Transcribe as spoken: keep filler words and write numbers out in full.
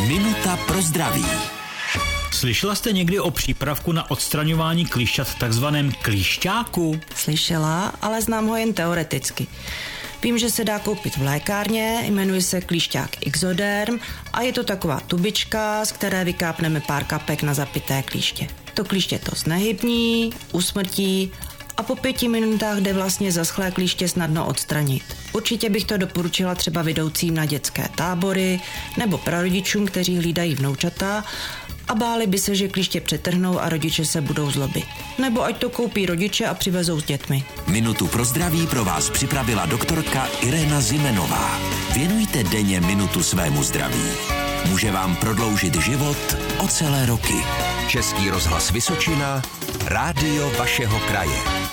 Minuta pro zdraví. Slyšela jste někdy o přípravku na odstraňování klíšťat, takzvaném klíšťáku? Slyšela, ale znám ho jen teoreticky. Vím, že se dá koupit v lékárně, jmenuje se klíšťák Exoderm a je to taková tubička, z které vykápneme pár kapek na zapité klíště. To klíště to znehybní, usmrtí a po pěti minutách jde vlastně zaschlé klíště snadno odstranit. Určitě bych to doporučila třeba vedoucím na dětské tábory nebo prarodičům, kteří hlídají vnoučata a báli by se, že klíště přetrhnou a rodiče se budou zlobit. Nebo ať to koupí rodiče a přivezou s dětmi. Minutu pro zdraví pro vás připravila doktorka Irena Zimenová. Věnujte denně minutu svému zdraví. Může vám prodloužit život o celé roky. Český rozhlas Vysočina, rádio vašeho kraje.